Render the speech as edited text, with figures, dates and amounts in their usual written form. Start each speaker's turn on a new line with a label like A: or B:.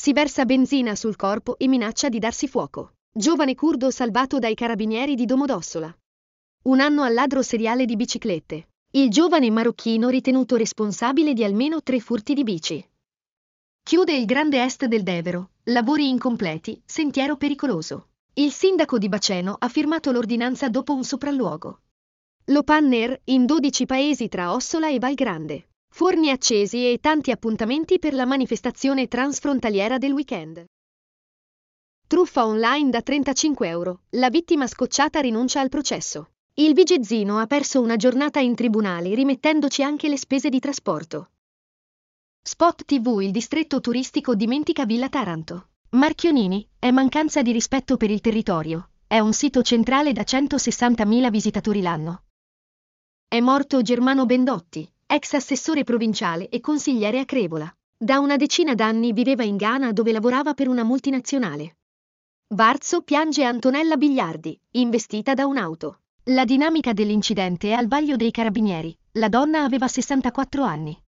A: Si versa benzina sul corpo e minaccia di darsi fuoco. Giovane curdo salvato dai carabinieri di Domodossola. 1 anno al ladro seriale di biciclette. Il giovane marocchino ritenuto responsabile di almeno 3 furti di bici. Chiude il grande est del Devero, lavori incompleti, sentiero pericoloso. Il sindaco di Baceno ha firmato l'ordinanza dopo un sopralluogo. L'Open-Air in 12 paesi tra Ossola e Valgrande. Forni accesi e tanti appuntamenti per la manifestazione transfrontaliera del weekend. Truffa online da 35 euro. La vittima scocciata rinuncia al processo. Il Vigezzino ha perso una giornata in tribunale rimettendoci anche le spese di trasporto. Spot TV. Il distretto turistico dimentica Villa Taranto. Marchionini, è mancanza di rispetto per il territorio. È un sito centrale da 160.000 visitatori l'anno. È morto Germano Bendotti, ex assessore provinciale e consigliere a Crevola. Da una decina d'anni viveva in Ghana dove lavorava per una multinazionale. Varzo piange Antonella Bigliardi, investita da un'auto. La dinamica dell'incidente è al vaglio dei carabinieri. La donna aveva 64 anni.